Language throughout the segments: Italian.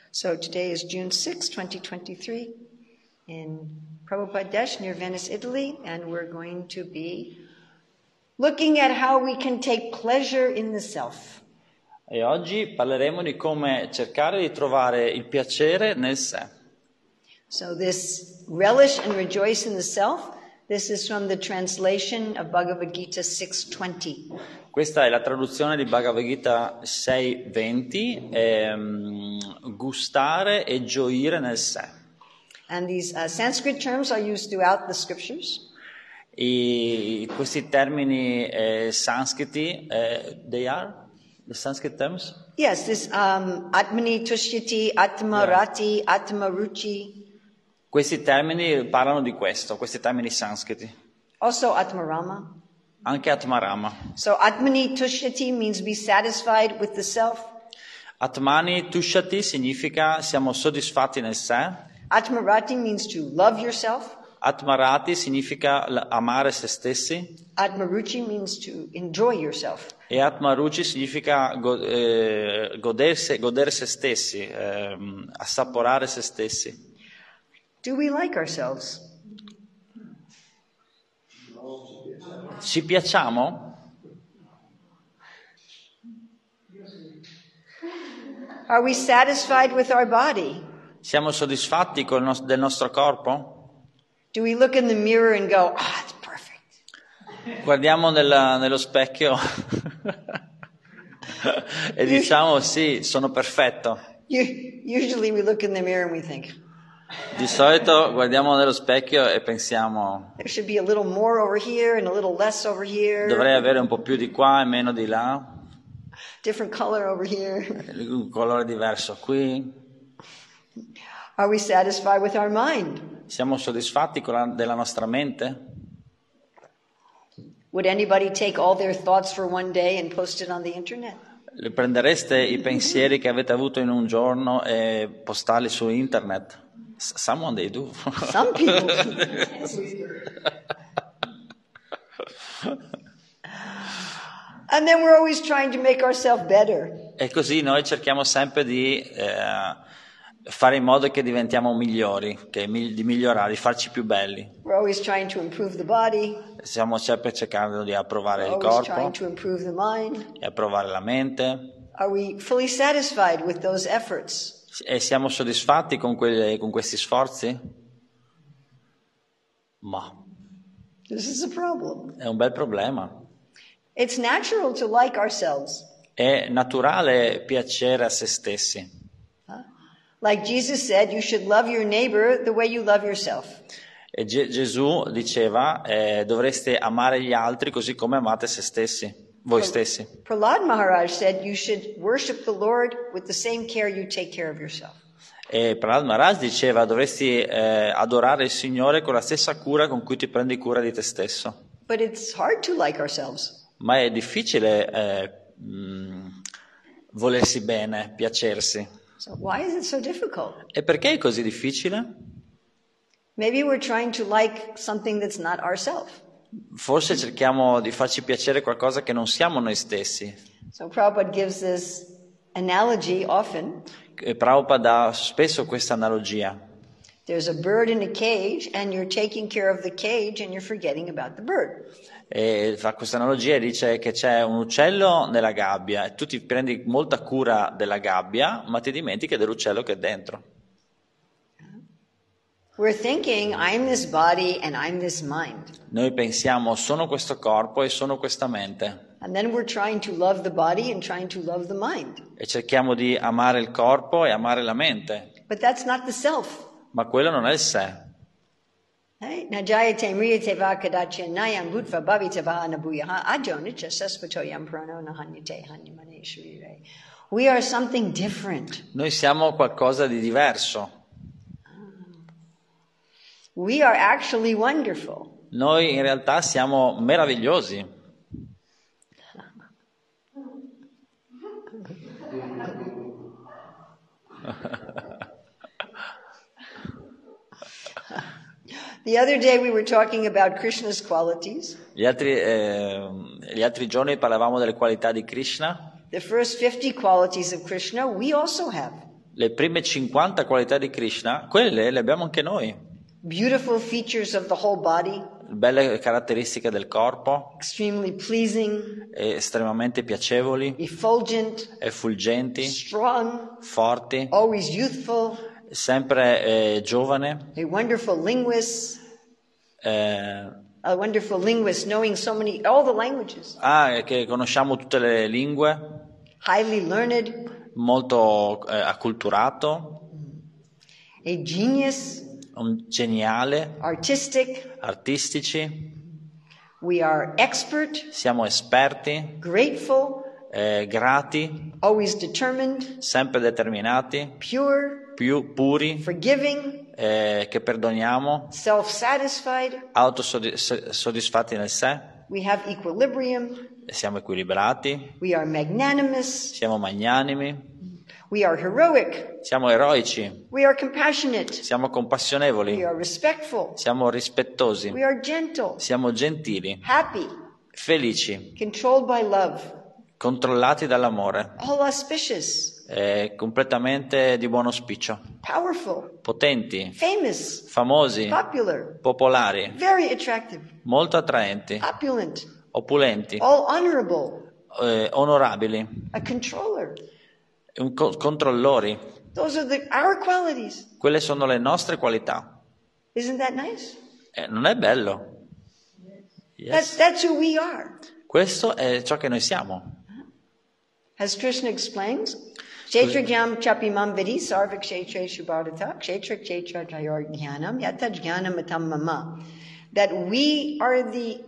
So today is June 6, 2023, in Prabhupada Desh near Venice, Italy, and we're going to be looking at how we can take pleasure in the self. E oggi parleremo di come cercare di trovare il piacere nel sé. So this relish and rejoice in the self, this is from the translation of Bhagavad Gita 6:20. Questa è la traduzione di Bhagavad Gita 6:20, gustare e gioire nel sé. And these Sanskrit terms are used throughout the scriptures. Questi termini sanskriti, they are the Sanskrit terms? Yes, this Atmani Tushyati, Atmarati, Atmaruchi. Questi termini parlano di questo, questi termini sanskriti. Also Atmarama. Anche Atmarama. So Atmani Tushyati means be satisfied with the self. Atmani Tushyati significa siamo soddisfatti nel sé. Atmarati means to love yourself. Atmarati significa amare se stessi. Atmaruchi means to enjoy yourself. E Atmaruchi significa godere se stessi, assaporare se stessi. Do we like ourselves? Ci piacciamo? Are we satisfied with our body? Siamo soddisfatti del nostro corpo? Do we look in the mirror and go, it's perfect? Guardiamo nello specchio e diciamo sì, sono perfetto. Usually we look in the mirror and we think, di solito guardiamo nello specchio e pensiamo there should be a little more over here and a little less over here. Dovrei avere un po' più di qua e meno di là. Different color over here. Un colore diverso qui. Are we satisfied with our mind? Siamo soddisfatti della nostra mente? Would anybody take all their thoughts for one day and post it on the internet? Prendereste i pensieri che avete avuto in un giorno e postarli su internet? Someone they do. Some people. And then we're always trying to make ourselves better. E così noi cerchiamo sempre di fare in modo che diventiamo migliori, di migliorare, di farci più belli. We're always trying to improve the body. Stiamo sempre cercando di approvare il We're always corpo trying to improve the mind. e approvare la mente. Are we fully satisfied with those efforts? E siamo soddisfatti con questi sforzi? Ma This is a problem. è un bel problema. It's natural to like ourselves. È naturale piacere a se stessi. Like Jesus said, you should love your neighbor the way you love yourself. E Gesù diceva, dovreste amare gli altri così come amate se stessi. Voi stessi. Prahlad Maharaj said you should worship the Lord with the same care you take care of yourself. E Prahlad Maharaj diceva dovresti adorare il Signore con la stessa cura con cui ti prendi cura di te stesso. But it's hard to like ourselves. Ma è difficile volersi bene, piacersi. So why is it so difficult? E perché è così difficile? Maybe we're trying to like something that's not ourselves. Forse cerchiamo di farci piacere qualcosa che non siamo noi stessi. So Prabhupada gives this analogy often. E Prabhupada dà spesso questa analogia. There's a bird in a cage and you're taking care of the cage and you're forgetting about the bird. E fa questa analogia e dice che c'è un uccello nella gabbia e tu ti prendi molta cura della gabbia, ma ti dimentichi dell'uccello che è dentro. We're thinking, I'm this body and I'm this mind. Noi pensiamo, sono questo corpo e sono questa mente. And then we're trying to love the body and trying to love the mind. E cerchiamo di amare il corpo e amare la mente. But that's not the self. Ma quello non è il sé. Najayate mriyate va kadachya nayam bhutva bhavita va anabuyaha ajonitya saspatoyam prano nahanyate hanyamane shurire. We are something different. Noi siamo qualcosa di diverso. We are actually wonderful. Noi in realtà siamo meravigliosi. The other day we were talking about Krishna's qualities. Gli altri giorni parlavamo delle qualità di Krishna. The first 50 qualities of Krishna we also have. Le prime 50 qualità di Krishna, quelle le abbiamo anche noi. Beautiful features of the whole body, Belle caratteristiche del corpo, extremely pleasing, estremamente piacevoli, effulgent, effulgenti, strong, forti, always youthful, sempre giovane, a wonderful linguist, eh, knowing all the languages, che conosciamo tutte le lingue, highly learned, molto acculturato, a genius, un geniale, artistic. artistici, We are expert, siamo esperti, grateful, grati, always determined, sempre determinati, pure, più puri, forgiving, che perdoniamo, self-satisfied. autosoddisfatti nel sé, We have equilibrium. siamo equilibrati, We are magnanimous. siamo magnanimi, We are heroic. siamo eroici, We are compassionate. siamo We compassionevoli, are respectful. siamo rispettosi, We are gentle, siamo gentili, happy, felici, controlled by love, controllati dall'amore, all auspicious, completamente di buon auspicio, powerful, potenti, famous, famosi, popular, popolari, very attractive, molto attraenti, opulent, opulenti, all honorable, onorabili, a controller. Controllori. Those are our qualities. Quelle sono le nostre qualità. Isn't that nice? Non è bello? Yes. That's who we are. Questo è ciò che noi siamo. As Krishna explains, Kshetragyam chapimam vidi sarva kshetre shubharata kshetra kshetra tayor jnanam yata jnanamatam mama. That we are the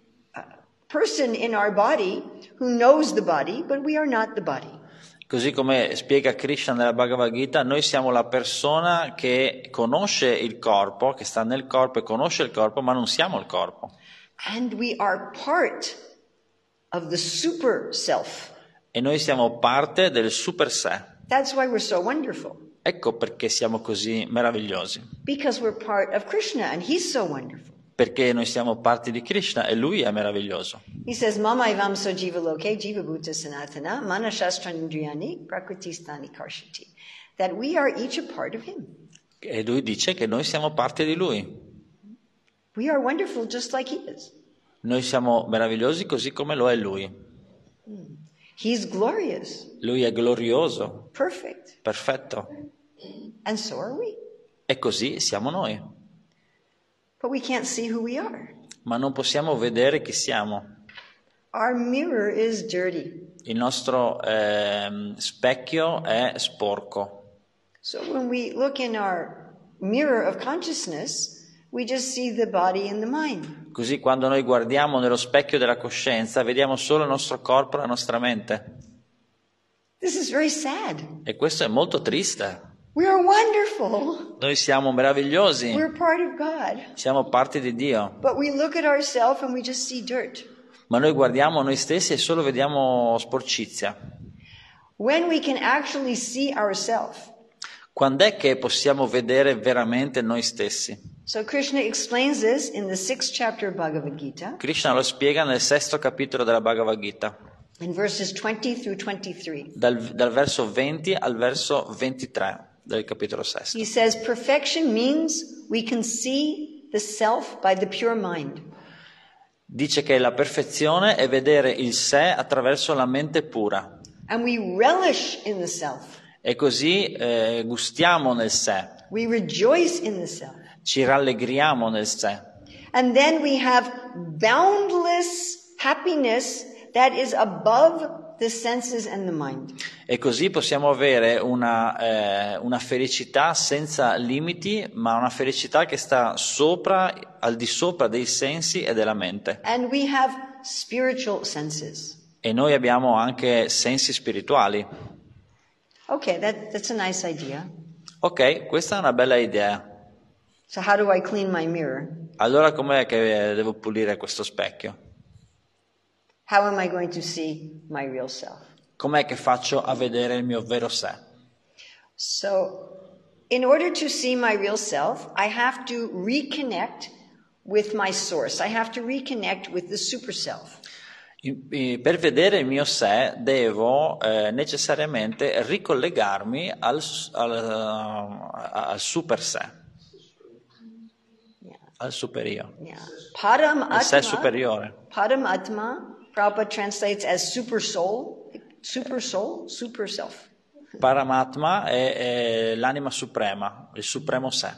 person in our body who knows the body, but we are not the body. Così come spiega Krishna nella Bhagavad Gita, noi siamo la persona che conosce il corpo, che sta nel corpo e conosce il corpo, ma non siamo il corpo. And we are part of the super self. E noi siamo parte del super sé. That's why we're so wonderful. Ecco perché siamo così meravigliosi. Because we're part of Krishna and he's so wonderful. Perché noi siamo parte di Krishna e lui è meraviglioso. He says, Mama ivam so jiva loke, jiva bhuta sanatana, mana shastrandriyani, prakriti-stani karshati. That we are each a part of him. E lui dice che noi siamo parte di lui. We are wonderful just like he is. Noi siamo meravigliosi così come lo è lui. He's glorious. Lui è glorioso, Perfect. perfetto. And so are we. E così siamo noi. But we can't see who we are. Ma non possiamo vedere chi siamo. Our mirror is dirty. Il nostro specchio è sporco. So when we look in our mirror of consciousness, we just see the body and the mind. Così quando noi guardiamo nello specchio della coscienza, vediamo solo il nostro corpo e la nostra mente. This is very sad. E questo è molto triste. We are wonderful. Noi siamo meravigliosi, We're part of God. siamo parte di Dio, But we look at ourselves and we just see dirt. ma noi guardiamo noi stessi e solo vediamo sporcizia. When we can actually see ourselves. Quando è che possiamo vedere veramente noi stessi? So Krishna explains this in the 6th chapter of Bhagavad Gita. Krishna lo spiega nel 6° capitolo della Bhagavad Gita, In verses 20 through 23. dal verso 20 al verso 23 del capitolo 6. He says, perfection means we can see the self by the pure mind. Dice che la perfezione è vedere il sé attraverso la mente pura. And we relish in the self. E così gustiamo nel sé, We rejoice in the self. ci rallegriamo nel sé. And then we have boundless happiness that is above the senses and the mind. E così possiamo avere una felicità senza limiti, ma una felicità che sta sopra, al di sopra dei sensi e della mente. And we have spiritual senses. E noi abbiamo anche sensi spirituali. Okay, that's a nice idea. Ok, questa è una bella idea. So how do I clean my mirror? Allora com'è che devo pulire questo specchio? How am I going to see my real self? Com'è che faccio a vedere il mio vero sé? So, in order to see my real self, I have to reconnect with my source. I have to reconnect with the super self. Per vedere il mio sé devo necessariamente ricollegarmi al super sé, Yeah. al superio, Yeah. al sé superiore. Paramatma, Prabhupada translates as super soul, super self. Paramatma è l'anima suprema, il supremo sé.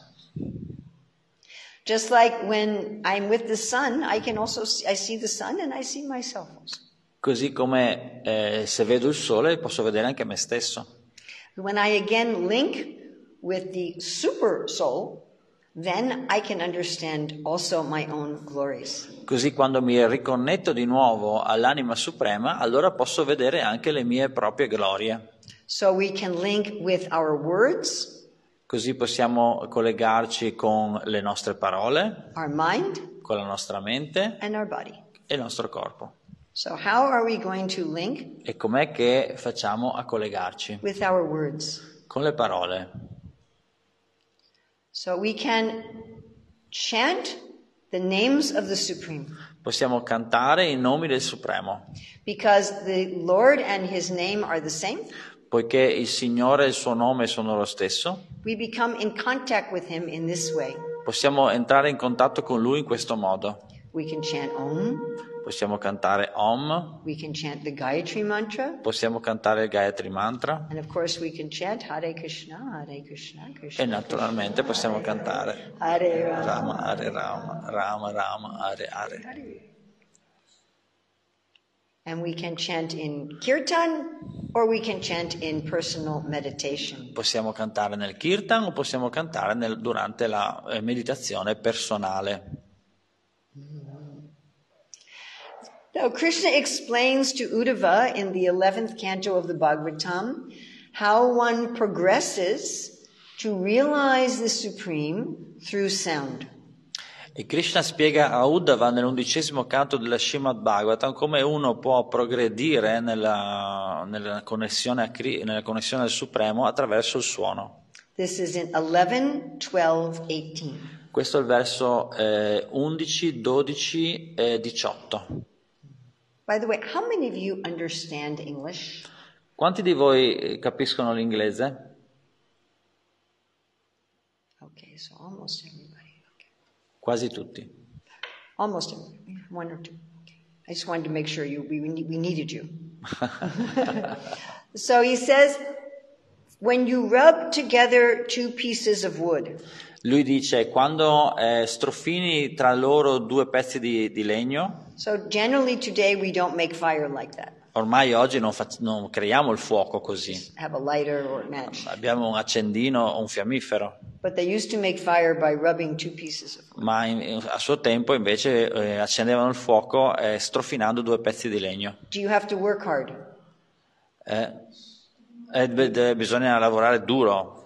Just like when I'm with the sun, I see the sun and I see myself also. Così come se vedo il sole posso vedere anche me stesso. When I again link with the super soul, then I can understand also my own glories. Così quando mi riconnetto di nuovo all'anima suprema, allora posso vedere anche le mie proprie glorie. So we can link with our words, Così possiamo collegarci con le nostre parole, our mind, con la nostra mente and our body. e il nostro corpo. So how are we going to link? E com'è che facciamo a collegarci? With our words. Con le parole. So we can chant the names of the Supreme. Possiamo cantare i nomi del Supremo. Because the Lord and His name are the same. Poiché il Signore e il suo nome sono lo stesso, we become in contact with Him in this way. possiamo entrare in contatto con Lui in questo modo. We can chant Om. Possiamo cantare Om. We can chant the Gayatri Mantra. Possiamo cantare il Gayatri Mantra. And of course we can chant Hare Krishna, Krishna, E naturalmente possiamo cantare Hare Rama. Rama, Hare Rama, Rama, Rama, Hare Hare. And we can chant in kirtan or we can chant in personal meditation. Possiamo cantare nel kirtan o possiamo cantare durante la meditazione personale. Now Krishna explains to Uddhava in the 11th canto of the Bhagavatam how one progresses to realize the Supreme through sound. E Krishna spiega a Uddhava nell'11° canto della Srimad Bhagavatam come uno può progredire nella connessione al Supremo attraverso il suono. This is in 11, 12, 18. Questo è il verso 11, 12 e 18. By the way, how many of you understand English? Quanti di voi capiscono l'inglese? Okay, so almost everybody. Quasi tutti. Almost everybody, one or two. Okay. I just wanted to make sure we needed you. So he says, when you rub together two pieces of wood. Lui dice, quando strofini tra loro due pezzi di legno. So generally today we don't make fire like that. Ormai oggi non creiamo il fuoco così. Have a lighter or a match. Abbiamo un accendino o un fiammifero. But they used to make fire by rubbing two pieces of wood. Ma a suo tempo invece accendevano il fuoco strofinando due pezzi di legno. Do you have to work hard? Bisogna lavorare duro.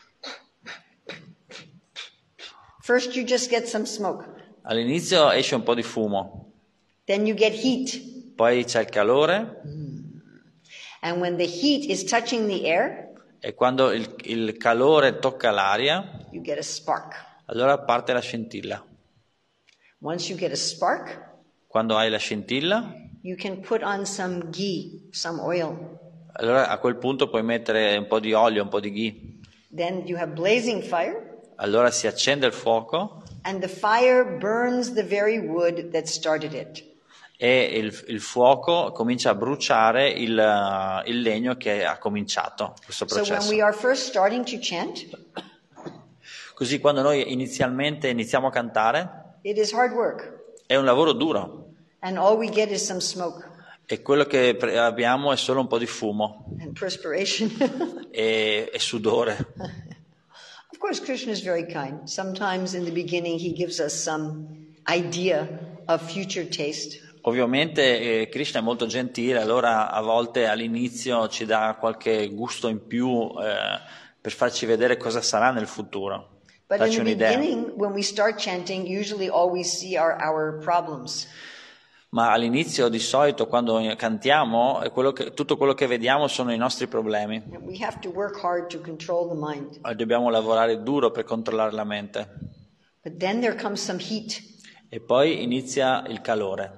First you just get some smoke. All'inizio esce un po' di fumo. Then you get heat. Poi c'è il calore. And when the heat is touching the air, e quando il calore tocca l'aria, you get a spark. Allora parte la scintilla. Once you get a spark, quando hai la scintilla, you can put on some ghee, some oil. Allora a quel punto puoi mettere un po' di olio, un po' di ghee. Then you have blazing fire. Allora si accende il fuoco. And the fire burns the very wood that started it. E il fuoco comincia a bruciare il legno che ha cominciato questo processo. So when we are first starting to chant, così quando noi iniziamo a cantare, it is hard work. È un lavoro duro. And all we get is some smoke. E quello che abbiamo è solo un po' di fumo. And perspiration. e sudore. Of course, Krishna is very kind. Sometimes in the beginning he gives us some idea of future taste. Ovviamente Krishna è molto gentile, allora a volte all'inizio ci dà qualche gusto in più per farci vedere cosa sarà nel futuro. But in the beginning, when we start chanting, usually all we see are our problems. Ma all'inizio di solito quando cantiamo tutto quello che vediamo sono i nostri problemi. We have to work hard to control the mind. Dobbiamo lavorare duro per controllare la mente. But then there comes some heat. E poi inizia il calore.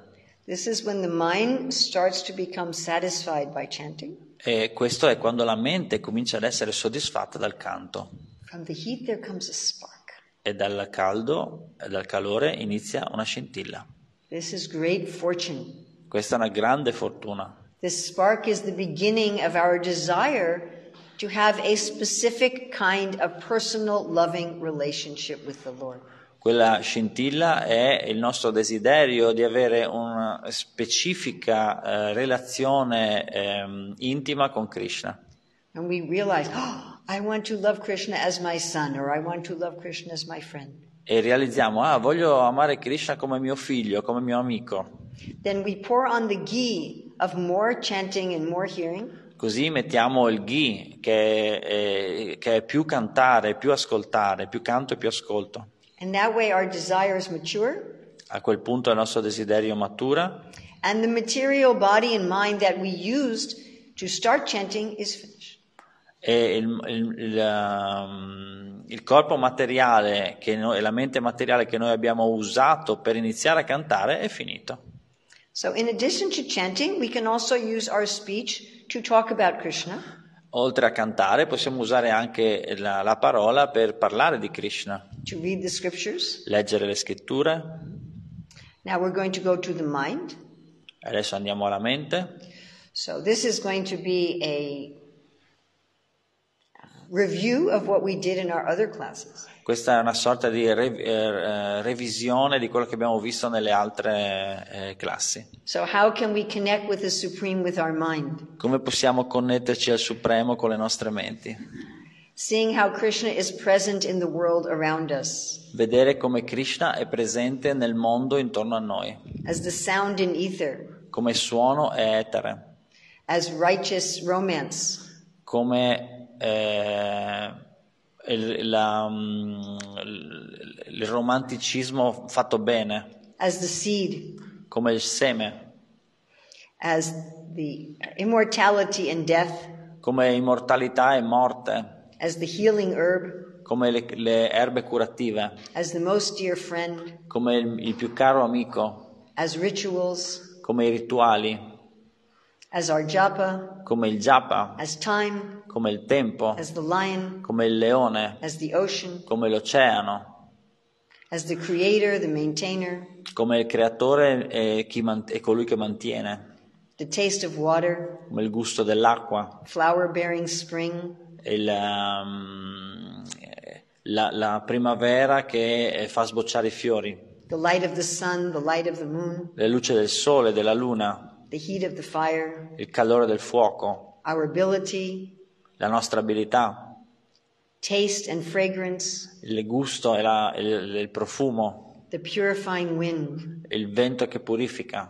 This is when the mind starts to become satisfied by chanting. E questo è quando la mente comincia ad essere soddisfatta dal canto. From the heat there comes a spark. E dal caldo e dal calore inizia una scintilla. This is great fortune. Questa è una grande fortuna. This spark is the beginning of our desire to have a specific kind of personal loving relationship with the Lord. Quella scintilla è il nostro desiderio di avere una specifica relazione intima con Krishna. And we realize, oh, I want to love Krishna as my son, or I want to love Krishna as my friend. E realizziamo, voglio amare Krishna come mio figlio, come mio amico. Then we pour on the ghee of more chanting and more hearing. Così mettiamo il ghee, che è più cantare, più ascoltare, più canto e più ascolto. And that way our desires mature. A quel punto il nostro desiderio matura. And the material body and mind that we used to start chanting is finished. E il corpo materiale e la mente materiale che noi abbiamo usato per iniziare a cantare è finito. So in addition to chanting, we can also use our speech to talk about Krishna. Oltre a cantare possiamo usare anche la parola per parlare di Krishna. To read the scriptures. Leggere le scritture. Now we're going to go to the mind. Adesso andiamo alla mente. So this is going to be a review of what we did in our other classes. Questa è una sorta di revisione di quello che abbiamo visto nelle altre classi. So how can we connect with the Supreme with our mind? Come possiamo connetterci al Supremo con le nostre menti? Seeing how Krishna is present in the world around us. Vedere come Krishna è presente nel mondo intorno a noi. As the sound in ether. Come il è etere. As righteous romance. Come il romanticismo fatto bene. As the seed. Come il seme. As the immortality and death. Come immortalità e morte. As the healing herb. Come le erbe curative. As the most dear friend. Come il più caro amico. As rituals. Come i rituali. As our japa. Come il japa. As time. Come il tempo. As the lion. Come il leone. As the ocean. Come l'oceano. As the creator, the maintainer. Come il creatore e colui che mantiene. The taste of water. Come il gusto dell'acqua. Flower bearing spring. La primavera che fa sbocciare i fiori. The light of the sun, the light of the moon. La luce del sole, della luna. The heat of the fire. Il calore del fuoco. Our ability. La nostra abilità. Taste and fragrance. Il gusto e il profumo. The purifying wind. Il vento che purifica.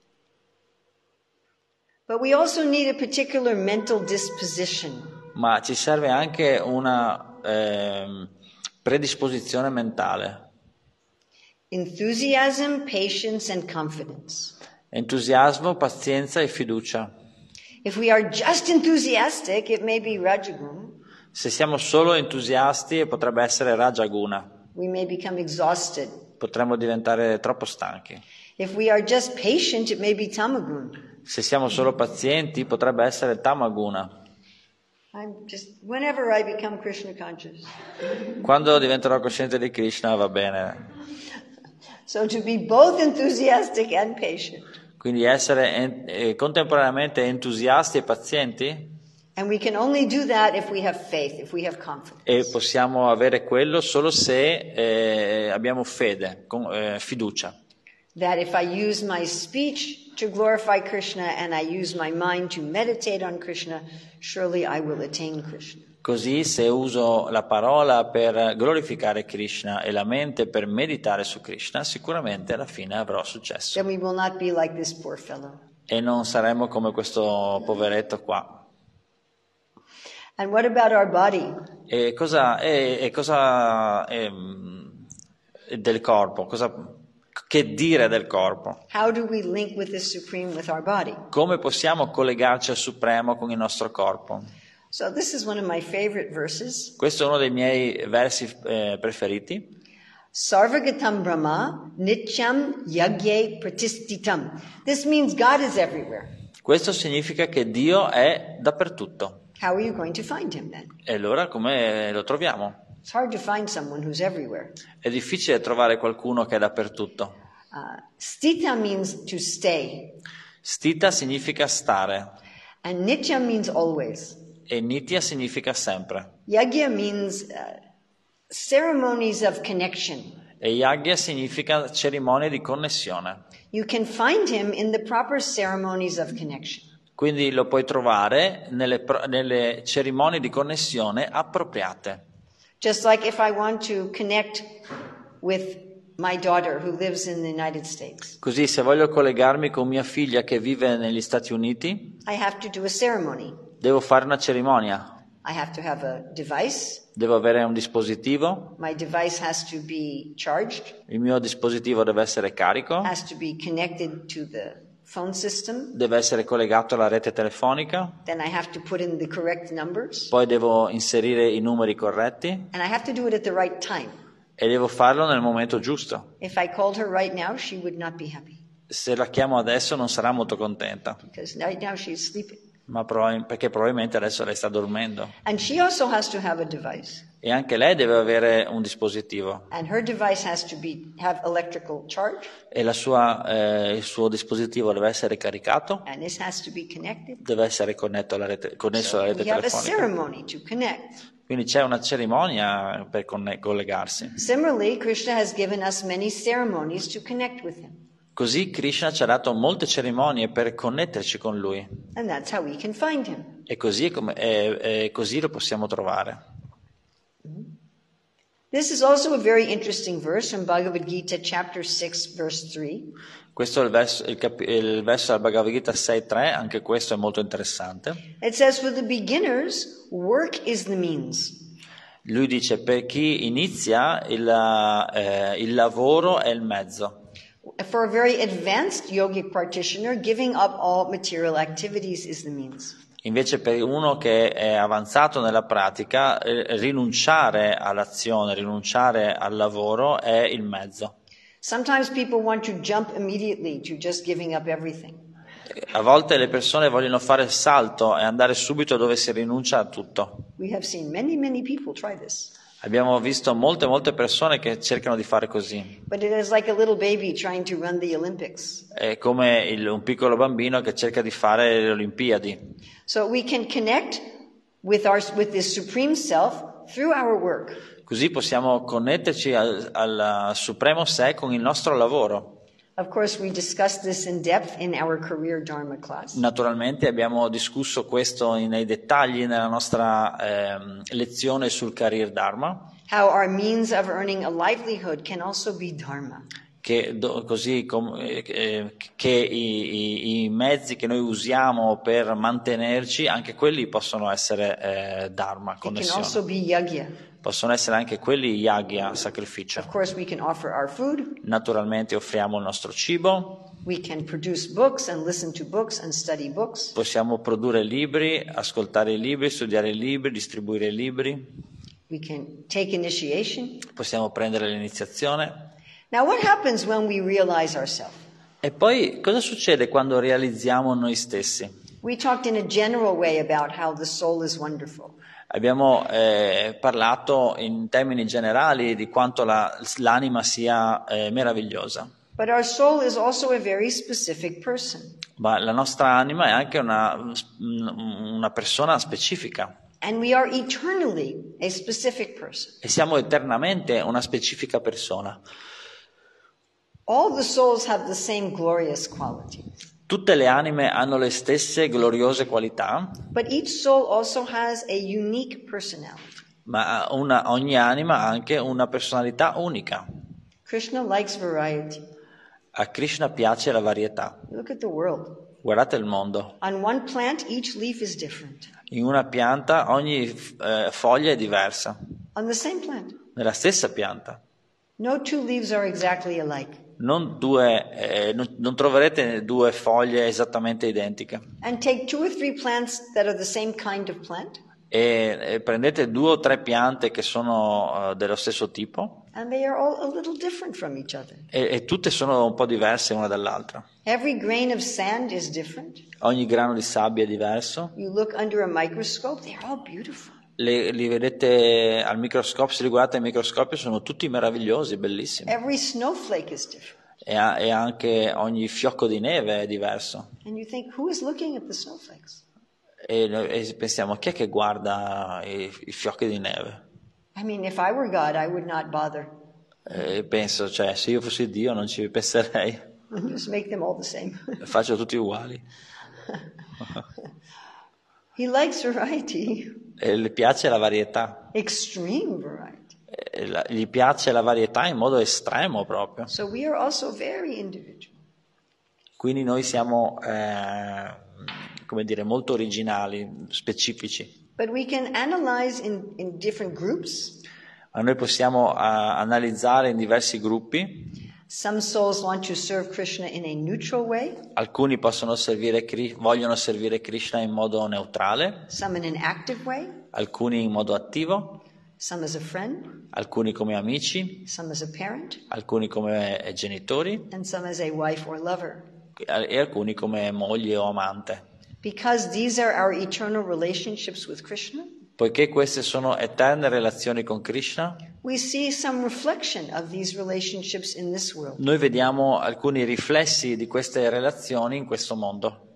But we also need a particular mental disposition. Ma ci serve anche una predisposizione mentale. Enthusiasm, patience and confidence. Entusiasmo, pazienza e fiducia. If we are just enthusiastic, it may be Rajaguna. Se siamo solo entusiasti potrebbe essere Rajaguna. We may become exhausted. Potremmo diventare troppo stanchi. If we are just patient, it may be Tamaguna. Se siamo solo pazienti potrebbe essere Tamaguna. Whenever I become Krishna conscious. Quando diventerò cosciente di Krishna va bene. So to be both enthusiastic and patient. Quindi essere contemporaneamente entusiasti e pazienti. And we can only do that if we have faith, if we have confidence. E possiamo avere quello solo se abbiamo fede, fiducia. That if I use my speech to glorify Krishna and I use my mind to meditate on Krishna, surely I will attain Krishna. Così se uso la parola per glorificare Krishna e la mente per meditare su Krishna, sicuramente alla fine avrò successo. Then we will not be like this poor fellow. E non saremo come questo poveretto qua. And what about our body? E cosa del corpo? Che dire del corpo? How do we link with the Supreme with our body? Come possiamo collegarci al Supremo con il nostro corpo? So this is one of my favorite verses. Questo è uno dei miei versi preferiti. Sarvagatam Brahma Nityam Yagye Pratistitam. This means God is everywhere. Questo significa che Dio è dappertutto. How are you going to find him then? E allora come lo troviamo? It's hard to find someone who's everywhere. È difficile trovare qualcuno che è dappertutto. Stita means to stay, Stita significa stare and Nitya means always. e Nitya significa sempre. Yagya means ceremonies of connection. E Yagya significa cerimonie di connessione. You can find him in the proper ceremonies of connection. Quindi lo puoi trovare nelle cerimonie di connessione appropriate. Just like if I want to connect with my daughter who lives in the United States, Così se voglio collegarmi con mia figlia che vive negli Stati Uniti, I have to do a ceremony. devo fare una cerimonia. I have to have a device. Devo avere un dispositivo, My device has to be charged, il mio dispositivo deve essere carico, has to be connected to the phone system. deve essere collegato alla rete telefonica, Then I have to put in the correct numbers. poi devo inserire i numeri corretti And I have to do it at the right time. e devo farlo nel momento giusto. If I called her right now, she would not be happy Se la chiamo adesso non sarà molto contenta, because right now she's sleeping. perché probabilmente adesso lei sta dormendo. And she also has to have a device. E anche lei deve avere un dispositivo And her device has to have electrical charge. e il suo dispositivo deve essere caricato, And this has to be connected. deve essere connesso alla rete So we have a telefonica. ceremony to connect. Quindi c'è una cerimonia per collegarsi. Similarly, Krishna has given us many ceremonies to connect with him. Così Krishna ci ha dato molte cerimonie per connetterci con Lui And that's how we can find him. e così lo possiamo trovare. This is also a very interesting verse from Bhagavad Gita, chapter 6, verse 3. Questo è il verso del Bhagavad Gita 6.3, anche questo è molto interessante. It says, for the beginners, work is the means. Lui dice, per chi inizia il lavoro è il mezzo. For a very advanced yogic practitioner, giving up all material activities is the means. Invece per uno che è avanzato nella pratica, rinunciare all'azione, rinunciare al lavoro è il mezzo. Sometimes people want to jump immediately to just giving up everything. A volte le persone vogliono fare il salto e andare subito dove si rinuncia a tutto. We have seen many people try this. Abbiamo visto molte persone che cercano di fare così. But it is like a little baby trying to run the Olympics. È come un piccolo bambino che cerca di fare le Olimpiadi. So we can connect with this supreme self through our work. Così possiamo connetterci al Supremo Sé con il nostro lavoro. Of course, we discussed this in depth in our career Dharma class. Naturalmente abbiamo discusso questo nei dettagli nella nostra lezione sul Career Dharma, How our means of earning a livelihood can also be Dharma. che i mezzi che noi usiamo per mantenerci, anche quelli possono essere Dharma, It can connessione. also be Yagya. Possono essere anche quelli yagya, Of sacrificio. course, we can offer our food. Naturalmente offriamo il nostro cibo, We can produce books and listen to books and study books. possiamo produrre libri, ascoltare i libri, studiare i libri, distribuire i libri, We can take initiation. possiamo prendere l'iniziazione. Now, what happens when we realize ourselves? E poi cosa succede quando realizziamo noi stessi? We talked in a general way about how the soul is wonderful. Abbiamo parlato in termini generali di quanto l'anima sia meravigliosa, But our soul is also a very specific person. ma la nostra anima è anche una persona specifica And we are eternally a specific person. e siamo eternamente una specifica persona. All the souls have the same glorious qualities. Tutte le anime hanno le stesse gloriose qualità, But each soul also has a unique personality. ma ogni anima ha anche una personalità unica. Krishna likes variety. A Krishna piace la varietà. Look at the world. Guardate il mondo. On one plant, each leaf is different. In una pianta ogni foglia è diversa, On the same plant. nella stessa pianta. No two leaves are exactly alike. Non troverete due foglie esattamente identiche. And take 2 or 3 plants that are the same kind of plant. e prendete 2 o 3 piante che sono dello stesso tipo and they are all a little different from each other. e tutte sono un po' diverse una dall'altra. Every grain of sand is different. Ogni grano di sabbia è diverso. You look under a microscope, they're all beautiful. Li vedete al microscopio, se li guardate al microscopio sono tutti meravigliosi, bellissimi. Every snowflake is different. E anche ogni fiocco di neve è diverso. And you think, who is looking at the snowflakes? E pensiamo, chi è che guarda i fiocchi di neve? I mean, if I were God, I would not bother. E penso, cioè, se io fossi Dio non ci penserei. Just make them all the same. Faccio tutti uguali. He likes variety, E le piace la varietà. extreme variety. Gli piace la varietà in modo estremo proprio. So we are also very individual. Quindi noi siamo, come dire, molto originali, specifici. But we can analyze in different groups. Ma noi possiamo analizzare in diversi gruppi. Some souls want to serve Krishna in a neutral way, Alcuni vogliono servire Krishna in modo neutrale, some in an active way, alcuni in modo attivo, some as a friend, alcuni come amici, some as a parent, alcuni come genitori and some as a wife or lover. e alcuni come moglie o amante. Because these are our eternal relationships with Krishna, Poiché queste sono eterne relazioni con Krishna, we see some reflection of these relationships in this world. noi vediamo alcuni riflessi di queste relazioni in questo mondo.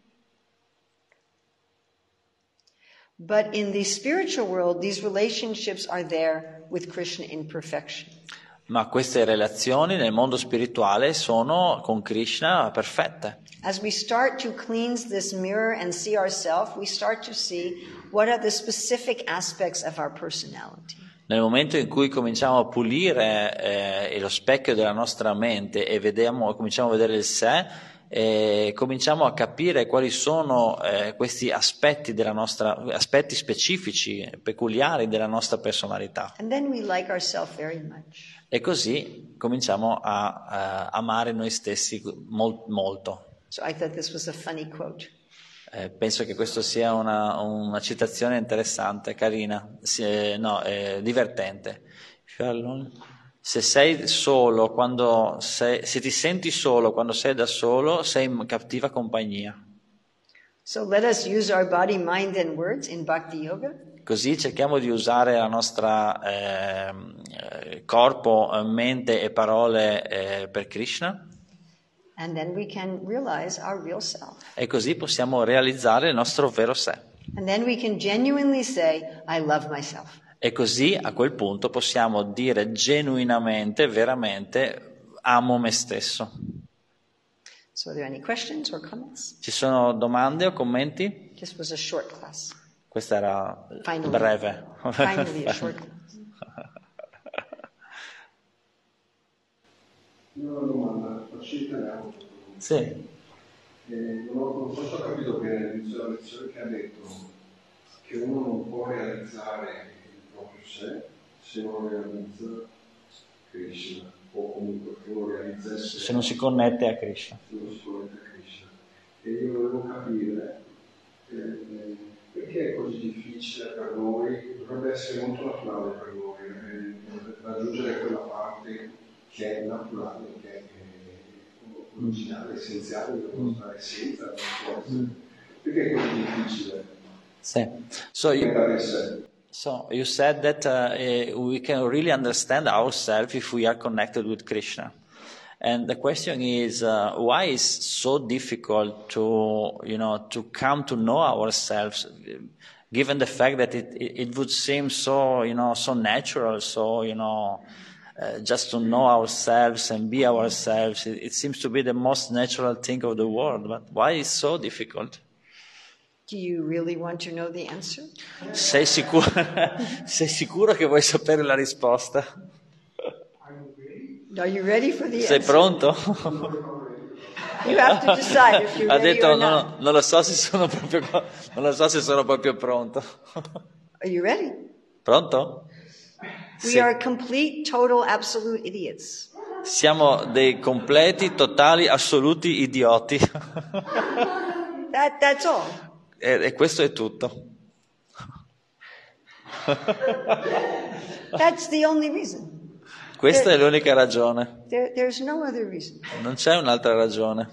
But in the spiritual world, these relationships are there with Krishna in perfection. Ma queste relazioni nel mondo spirituale sono con Krishna perfette. As we start to cleanse this mirror and see ourselves, we start to see what are the specific aspects of our personality. Nel momento in cui cominciamo a pulire lo specchio della nostra mente e cominciamo a vedere il sé, cominciamo a capire quali sono questi aspetti aspetti specifici, peculiari della nostra personalità. And then we like ourselves very much. E così cominciamo a amare noi stessi molto. So I thought this was a funny quote. Penso che questo sia una citazione interessante, carina, divertente. Se sei solo, se ti senti solo quando sei da solo, sei in cattiva compagnia. So let us use our body, mind and words in Bhakti Yoga. Così cerchiamo di usare la nostra corpo, mente e parole per Krishna. And then we can realize our real self. E così possiamo realizzare il nostro vero sé. And then we can genuinely say, I love myself. E così a quel punto possiamo dire genuinamente, veramente, amo me stesso. So are there any questions or comments? Ci sono domande o commenti? This was a short class. Questa era Finally. breve. Finally a short class. Io ho una domanda, faccio italiano. Sì. Non so se ho capito bene all'inizio della lezione che ha detto che uno non può realizzare il proprio sé se non realizza Krishna, o comunque che uno realizza il sé Se non si connette a Krishna. se non si connette a Krishna. E io volevo capire perché è così difficile per noi, dovrebbe essere molto naturale per noi raggiungere quella parte che è naturale, che è originale, essenziale della nostra essenza, della nostra essere. Perché è così difficile? Sì. So you said that we can really understand ourselves if we are connected with Krishna. And the question is, why is so difficult to come to know ourselves, given the fact that it would seem so, so natural, so, just to know ourselves and be ourselves. It seems to be the most natural thing of the world, but why is so difficult? Do you really want to know the answer? Sei sicuro che vuoi sapere la risposta? Are you ready for the Sei answer? pronto? You have to decide if you're Ha ready detto or not. non lo so se sono proprio pronto. Are you ready? Pronto? We Sì. are complete, total, absolute idiots. Siamo dei completi, totali, assoluti idioti. That's all. E questo è tutto. That's the only reason. Questa è l'unica ragione, There's no other reason. non c'è un'altra ragione.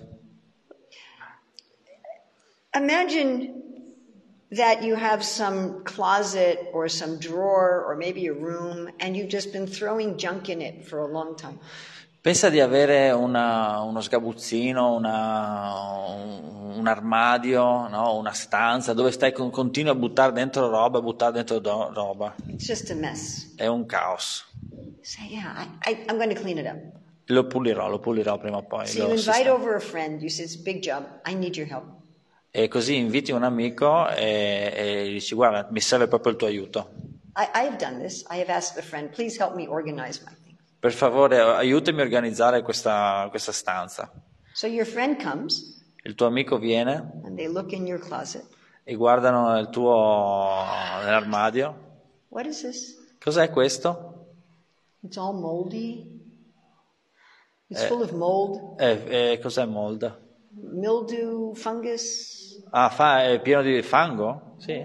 Imagine that you have some closet or some drawer or maybe a room and you've just been throwing junk in it for a long time. Pensa di avere uno sgabuzzino, un armadio, no? Una stanza dove continui a buttare dentro roba, roba. It's just a mess. È un caos. Say, yeah, I'm going to clean it up. Lo pulirò prima o poi. So you invite over a friend, you say, it's a big job, I need your help. E così inviti un amico e gli dici, guarda, mi serve proprio il tuo aiuto. I have done this. I have asked a friend, please help me organize my things. Per favore, aiutami a organizzare questa stanza. So your friend comes, Il tuo amico viene and they look in your closet. e guardano nell'armadio. What is this? Cos'è questo? It's all moldy. It's full of mold, Cos'è mold? mildew, fungus. È pieno di fango? Sì.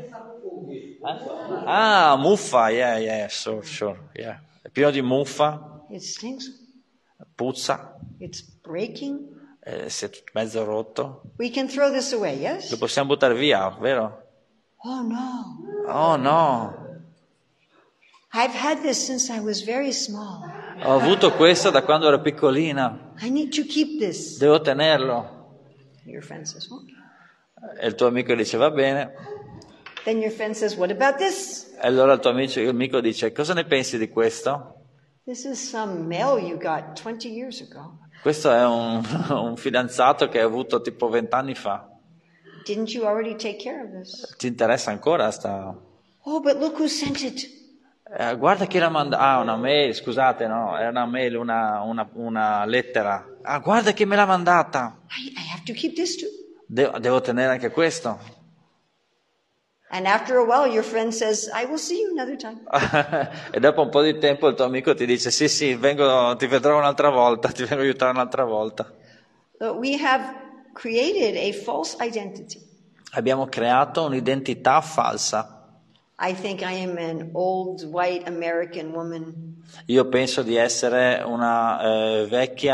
Muffa, yeah, sure, yeah. È pieno di muffa, It stinks. puzza, It's breaking. si è mezzo rotto. We can throw this away, yes? Lo possiamo buttare via, vero? Oh no. Oh no, I've had this since I was very small. ho avuto questo da quando ero piccolina, I need to keep this. devo tenerlo. Your friend says, okay. E il tuo amico dice, va bene. Then your friend says, what about this? E allora il tuo amico dice, cosa ne pensi di questo? This is some mail you got 20 years ago. Questo è un fidanzato che hai avuto tipo 20 anni fa. Didn't you already take care of this? Ti interessa ancora Oh, but look who sent it. guarda chi l'ha mandato. Una mail, scusate, no, è una mail, una lettera. Guarda chi me l'ha mandata. I have to keep this too. Devo tenere anche questo. And after a while, your friend says, I will see you another time. E dopo un po' di tempo il tuo amico ti dice, sì, ti vedrò un'altra volta, ti vengo a aiutare un'altra volta. We have created a false identity. Abbiamo creato un'identità falsa. I think I am an old white American woman. Io penso di essere una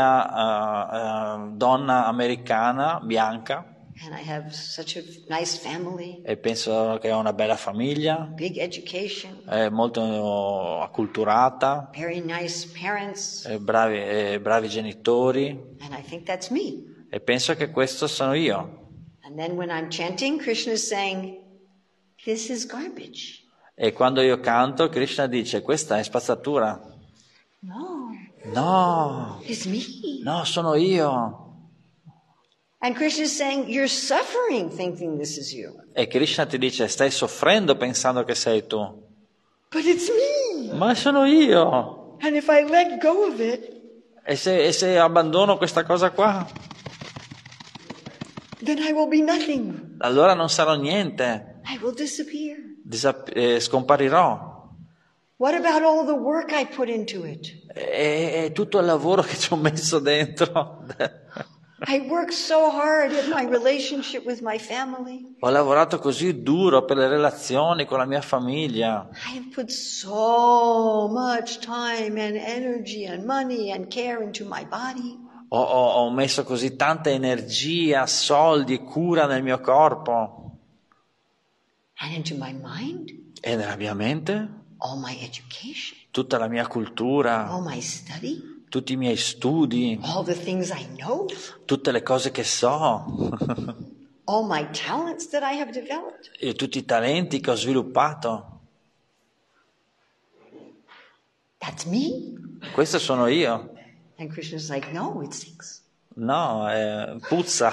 vecchia donna americana, bianca, And I have such a nice family, e penso che ho una bella famiglia, big education, molto acculturata, very nice parents. bravi genitori, And I think that's me. e penso che questo sono io. And then when I'm chanting, Krishna is saying, this is garbage. E quando io canto, Krishna dice, questa è spazzatura. No, No, it's me. no, sono io. And Krishna is saying, you're suffering thinking this is you. E Krishna ti dice, stai soffrendo pensando che sei tu. But it's me. Ma sono io. And if I let go of it, E se abbandono questa cosa qua, then I will be nothing. allora non sarò niente. I will disappear. Scomparirò. What about all the work I put into it? E tutto il lavoro che ci ho messo dentro. I worked so hard at my relationship with my family. Ho lavorato così duro per le relazioni con la mia famiglia. I have put so much time and energy and money and care into my body. Ho messo così tanta energia, soldi e cura nel mio corpo. And into my mind, E nella mia mente, all my education, tutta la mia cultura, all my study, tutti i miei studi, all the things I know, tutte le cose che so, all my talents that I have developed. e tutti i talenti che ho sviluppato. That's me. Questo sono io. And Krishna's like, no, it stinks. No, puzza.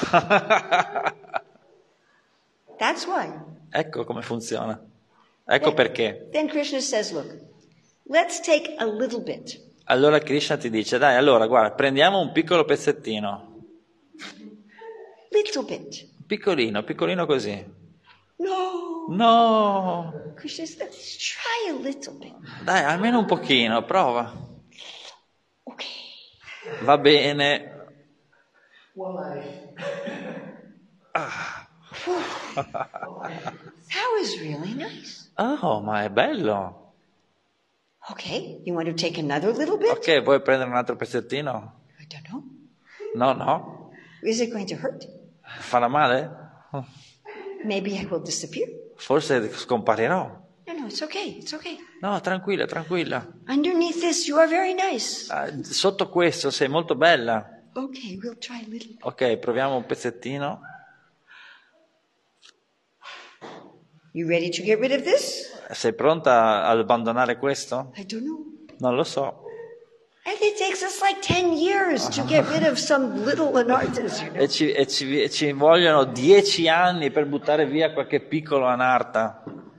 That's why. Ecco come funziona. Ecco perché. Then Krishna says, look, let's take a little bit. Allora Krishna ti dice, dai, allora, guarda, prendiamo un piccolo pezzettino. Little bit. Piccolino così. No. No! Krishna says, let's try a little bit. Dai, almeno un pochino, prova. Okay. Va bene. That was really nice. Oh, ma è bello. Okay, you want to take another little bit? Ok, vuoi prendere un altro pezzettino? I don't know. No? Is it going to hurt? Farà male? Maybe I will disappear. Forse scomparirò. No, it's okay. It's okay. No, tranquilla. Underneath this, you are very nice. Sotto questo sei molto bella. Okay, we'll try a little bit. Ok, proviamo un pezzettino. You ready to get rid of this? Sei pronta ad abbandonare questo? I don't know. Non lo so. And it takes us like 10 years to get rid of some little anarthas, you know. E ci vogliono 10 anni per buttare via qualche piccolo anarta.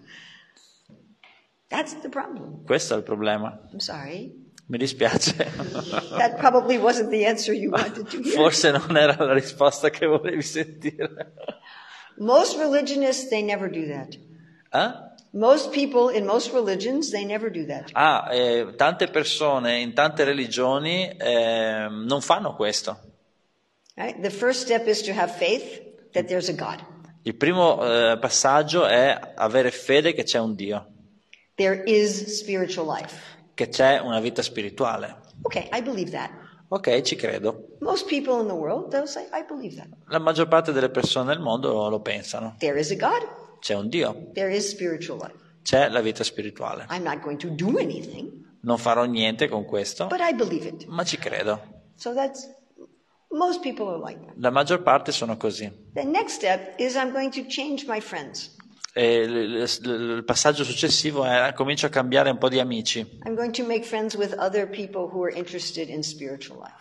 That's the problem. Questo è il problema. I'm sorry. Mi dispiace. That probably wasn't the answer you wanted to hear. Forse non era la risposta che volevi sentire. Most religionists, they never do that. Most people in most religions, they never do that. Tante persone in tante religioni non fanno questo. Right? The first step is to have faith that there's a God. Il primo passaggio è avere fede che c'è un Dio, There is spiritual life. che c'è una vita spirituale. Okay, I believe that. Ok, ci credo. Most people in the world, they'll say, I believe that. La maggior parte delle persone nel mondo lo pensano. There is a God. C'è un Dio, There is spiritual life. c'è la vita spirituale. I'm not going to do anything, Non farò niente con questo, but I believe it. ma ci credo. So most people are like that. La maggior parte sono così. The next step is I'm going to change my friends. E il passaggio successivo è comincio a cambiare un po' di amici. I'm going to make friends with other people who are interested in spiritual life.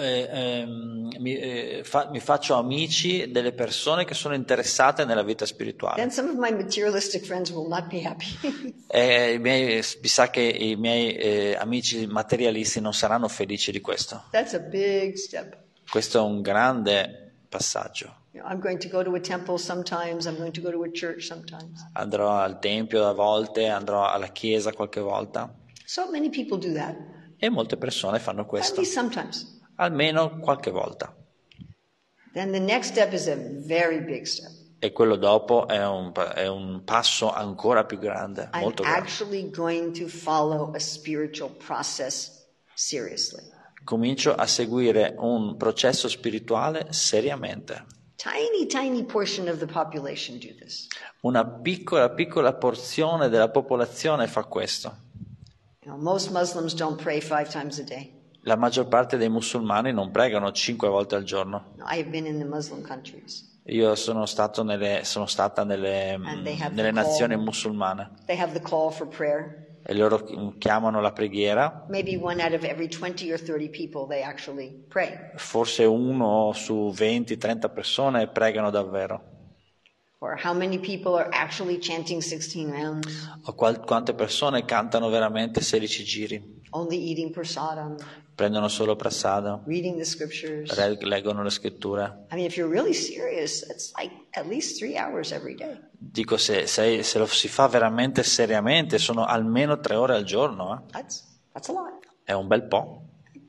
Mi faccio amici delle persone che sono interessate nella vita spirituale. Then some of my materialistic friends will not be happy. Mi sa che i miei amici materialisti non saranno felici di questo. That's a big step. Questo è un grande passaggio. I'm going to go to a temple sometimes, I'm going to go to a church sometimes. Andrò al tempio a volte, andrò alla chiesa qualche volta. So many people do that. E molte persone fanno At questo, least sometimes. almeno qualche volta. Then the next step is a very big step. E quello dopo è un passo ancora più grande, I'm molto grande. actually going to follow a spiritual process seriously. Comincio a seguire un processo spirituale seriamente. Tiny portion of the population do this. Una piccola porzione della popolazione fa questo. Most Muslims don't pray 5 times a day. La maggior parte dei musulmani non pregano 5 volte al giorno. I have been in the Muslim countries. Io sono stata nelle nazioni musulmane. They have the call for prayer. E loro chiamano la preghiera. Maybe 1 out of every 20 or 30 people they actually pray. Forse 1 su 20-30 persone pregano davvero. Or how many people are actually chanting 16 rounds? O quante persone cantano veramente 16 giri. Only eating prasadam. Prendono solo prasada. Reading the scriptures. Leggono le scritture. I mean, if you're really serious, it's like at least 3 hours every day. Dico, se lo si fa veramente seriamente, sono almeno 3 ore al giorno. That's a lot. È un bel po'.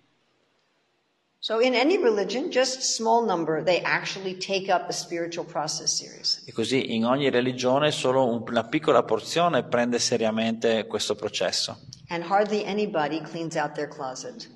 So in any religion, just small number, they actually take up a spiritual process seriously. E così in ogni religione solo una piccola porzione prende seriamente questo processo. And hardly anybody cleans out their closet.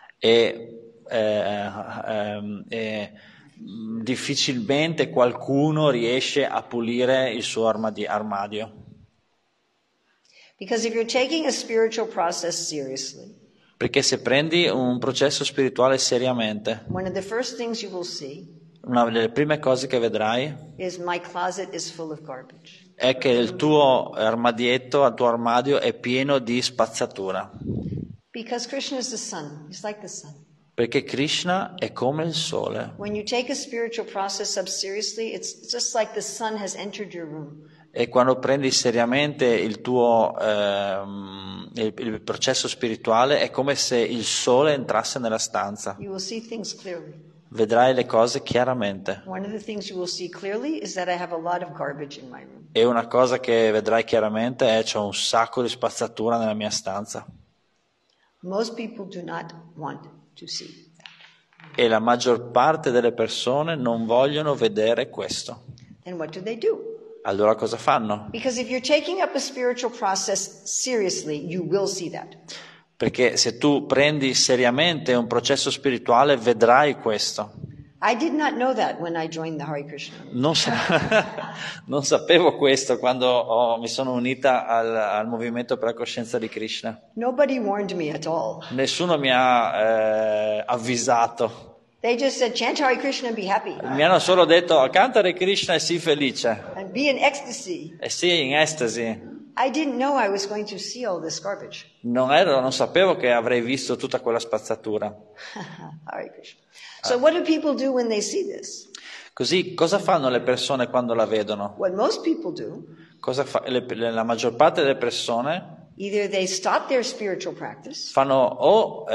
Difficilmente qualcuno riesce a pulire il suo armadio. Because if you're taking a spiritual process seriously, perché se prendi un processo spirituale seriamente, one of the first things you will see una delle prime cose che vedrai is my closet is full of garbage. È che il tuo armadietto, il tuo armadio è pieno di spazzatura. Because Krishna is the sun. He's like the sun. Perché Krishna è come il sole. When you take a spiritual process up seriously, it's just like the sun has entered your room. E quando prendi seriamente il tuo il processo spirituale è come se il sole entrasse nella stanza. You will see things clearly. Vedrai le cose chiaramente. One of the things you will see clearly is that I have a lot of garbage in my room. E una cosa che vedrai chiaramente è c'ho un sacco di spazzatura nella mia stanza. Most people do not want to see that. E la maggior parte delle persone non vogliono vedere questo. Then what do? Allora cosa fanno? Because if you're taking up a spiritual process seriously, you will see that. Perché se tu prendi seriamente un processo spirituale vedrai questo. I did not know that when I joined the Hare Krishna. Non sapevo questo quando mi sono unita al movimento per la coscienza di Krishna. Nobody warned me at all. Nessuno mi ha avvisato. They just said, chant Hare Krishna and be happy. Mi hanno solo detto canta Hare Krishna e sii felice. And be in ecstasy. E sii in estasi. I didn't know I was going to see all this garbage. Non sapevo che avrei visto tutta quella spazzatura. Hare Krishna. So what do people do when they see this? Così cosa fanno le persone quando la vedono? What most people do, La maggior parte delle persone either they stop their spiritual practice, fanno o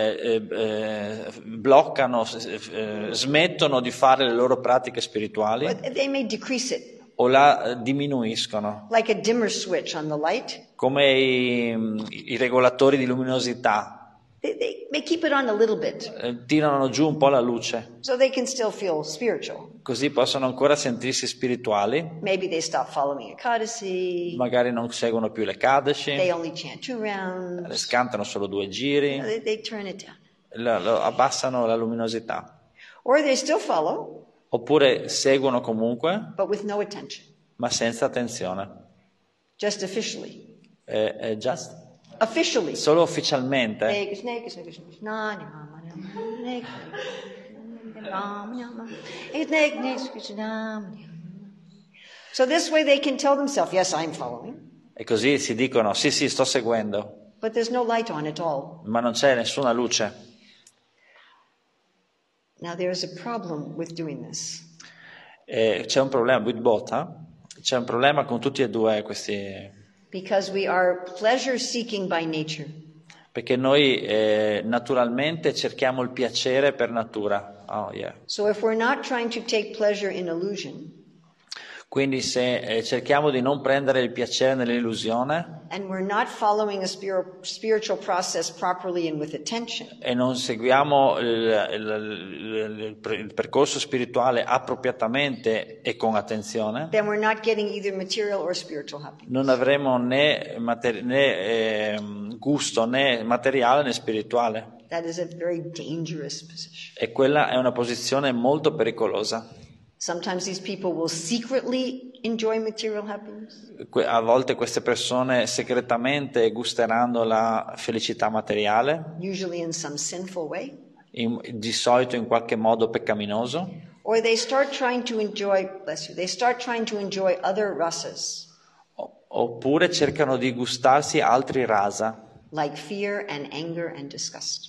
bloccano, smettono di fare le loro pratiche spirituali or they may decrease it, o la diminuiscono, like a dimmer switch on the light. come i regolatori di luminosità. They keep it on a little bit, Tirano giù un po' la luce, so they can still feel spiritual. così possono ancora sentirsi spirituali, Maybe they stop following Ekadasi, magari non seguono più le Kadashi, they only chant 2 rounds, cantano solo 2 giri, they turn it down. abbassano la luminosità. Or they still follow, Oppure seguono comunque, but with no attention, ma senza attenzione. just officially. Just. Officially. Solo ufficialmente. So this way they can tell themselves, yes, I'm following, E così si dicono, sì, sto seguendo, but there's no light on at all. ma non c'è nessuna luce. Now there's a problem with doing this. C'è un problema, with both, c'è un problema con tutti e due questi... Because we are pleasure seeking by nature. Perché noi naturalmente cerchiamo il piacere per natura. Oh, yeah. So if we're not trying to take pleasure in illusion, Quindi se cerchiamo di non prendere il piacere nell'illusione and we're not following a spiritual process properly and with attention, e non seguiamo il percorso spirituale appropriatamente e con attenzione, then we're not getting either material or spiritual happiness. non avremo né gusto né materiale né spirituale. That is a very dangerous position. E quella è una posizione molto pericolosa. Sometimes these people will secretly enjoy material happiness. A volte queste persone segretamente gusteranno la felicità materiale, Usually in some sinful way. di solito in qualche modo peccaminoso, Or they start trying to enjoy, bless you, they start trying to enjoy other rasas, oppure cercano di gustarsi altri rasa, like fear and anger and disgust.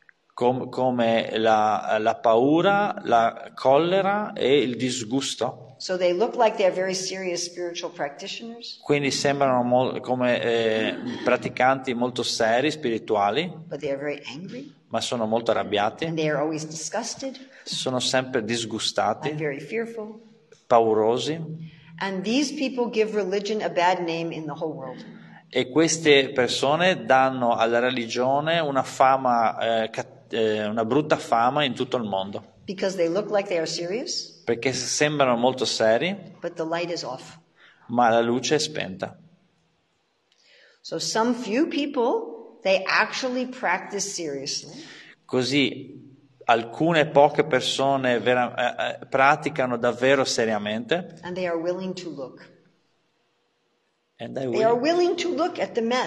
come la paura, la collera e il disgusto. So they look like they're very serious spiritual practitioners, Quindi sembrano come praticanti molto seri, spirituali, but they are very angry ma sono molto arrabbiati, and they are always disgusted sono sempre and disgustati, very fearful. paurosi. And these people give religion a bad name in the whole world. E queste persone danno alla religione una fama, una brutta fama in tutto il mondo, Because they look like they are serious, perché sembrano molto seri, but the light is off. ma la luce è spenta. So some few people, they actually practice seriously. Così alcune poche persone praticano davvero seriamente. And they are willing to look. And They are willing to look at the mess.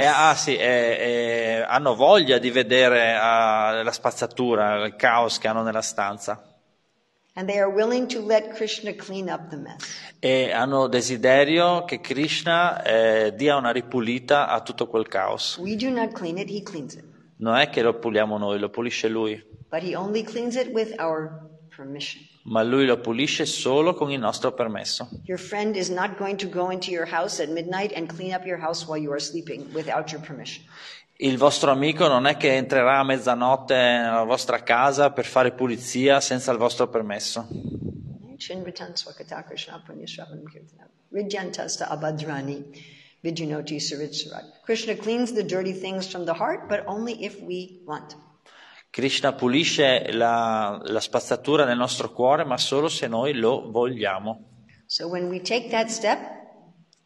hanno voglia di vedere la spazzatura, il caos che hanno nella stanza. And they are willing to let Krishna clean up the mess. E hanno desiderio che Krishna dia una ripulita a tutto quel caos. We do not clean it, he cleans it. Non è che lo puliamo noi, lo pulisce lui, But he only cleans it with our permission. ma lui lo pulisce solo con il nostro permesso. Your friend is not going to go into your house at midnight and clean up your house while you are sleeping without your permission. Il vostro amico non è che entrerà a mezzanotte nella vostra casa per fare pulizia senza il vostro permesso. Chinvatan swakata Krishna punyashravanam kirtanam vidyantasta abhadrani vijunoti suritsurat. Krishna cleans the dirty things from the heart, but only if we want. Krishna pulisce la spazzatura nel nostro cuore, ma solo se noi lo vogliamo. So when we take that step,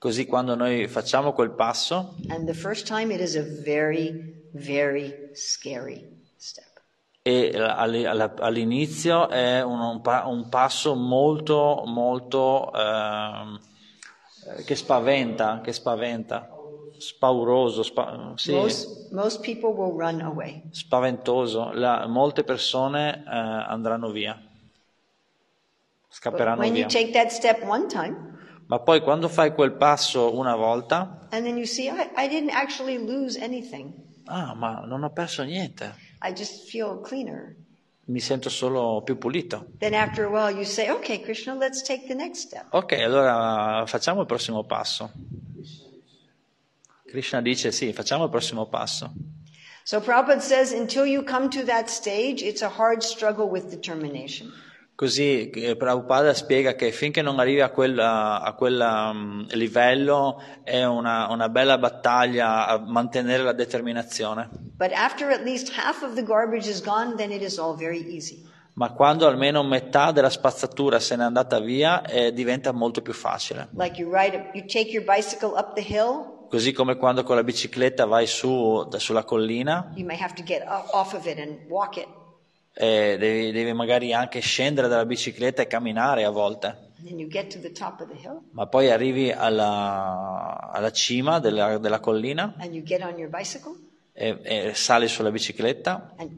Così quando noi facciamo quel passo, and the first time it is a very, very scary step. e all'inizio è un passo molto, molto che spaventa, spauroso, sì, Most people will run away. spaventoso. Molte persone andranno via, But scapperanno when via. you take that step one time, Ma poi quando fai quel passo una volta, and then you see, I didn't actually lose anything. ma non ho perso niente, I just feel cleaner. mi sento solo più pulito. Then after a while you say, okay, Krishna, let's take the next step. Ok, allora facciamo il prossimo passo. Krishna dice sì, facciamo il prossimo passo. So Prabhupada says, until you come to that stage, it's a hard struggle with determination. Così Prabhupada spiega che finché non arrivi a quel livello è una bella battaglia a mantenere la determinazione. But after at least half of the garbage is gone, then it is all very easy. Ma quando almeno metà della spazzatura se n'è andata via, diventa molto più facile. Like you take your bicycle up the hill. Così come quando con la bicicletta vai sulla collina, You may have to get off of it and walk it. Devi magari anche scendere dalla bicicletta e camminare a volte. And then you get to the top of the hill. Ma poi arrivi alla cima della collina And you get on your bicycle. e sali sulla bicicletta And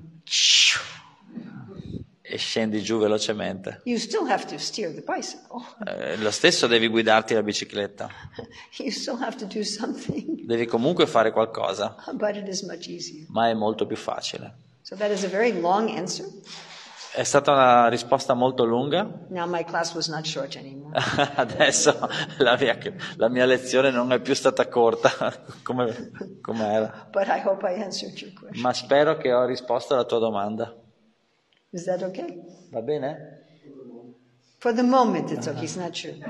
e scendi giù velocemente. you still have to steer the bicycle. Lo stesso devi guidarti la bicicletta. You still have to do something. Devi comunque fare qualcosa, But it is much easier. ma è molto più facile. So that is a very long answer. È stata una risposta molto lunga. Now my class was not short anymore. Adesso la mia lezione non è più stata corta come era. But I hope I answered your question. Ma spero che ho risposto alla tua domanda. Is that okay? Va bene? For the moment, it's okay. It's not true.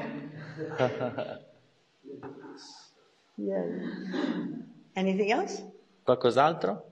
Yeah. Anything else? Qualcos'altro?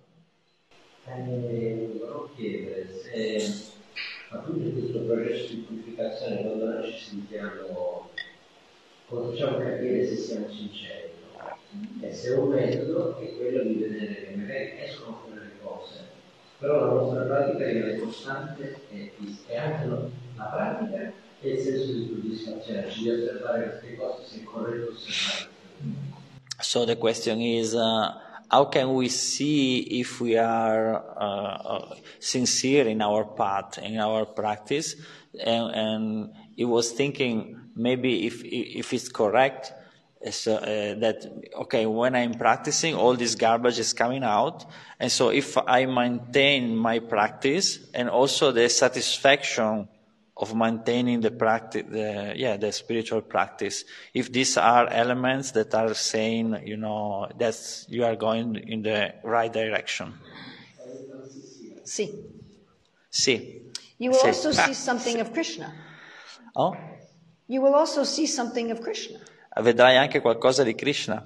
Volevo chiedere se appunto in questo processo di purificazione, quando noi ci sentiamo, come facciamo capire se siamo sinceri, no? E se un metodo è quello di vedere che magari escono fuori le cose, però la nostra pratica rimane costante e fissa, e anche la pratica e il senso di soddisfazione, ci di osservare queste cose, se è corretto osservare. So the question is, how can we see if we are sincere in our path, in our practice? And he was thinking maybe if it's correct, that okay, when I'm practicing, all this garbage is coming out, and so if I maintain my practice and also the satisfaction of maintaining the practice, the spiritual practice. If these are elements that are saying, that you are going in the right direction. See. Sì. You will also see something of Krishna. Oh? You will also see something of Krishna. Vedrai anche qualcosa di Krishna.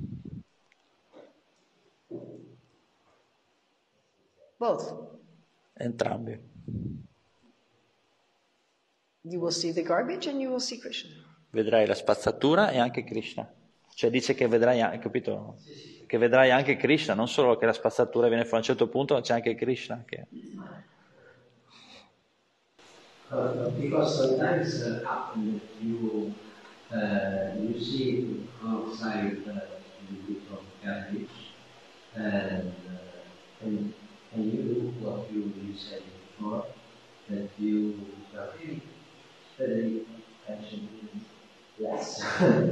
Both. Entrambi. You will see the garbage and you will see Krishna. Vedrai la spazzatura e anche Krishna. Cioè dice che vedrai, capito? Che vedrai anche Krishna, non solo che la spazzatura viene fuori a un certo punto, ma c'è anche Krishna. Because sometimes you see outside the beautiful garbage and you do what you said before, that you are really very actually less.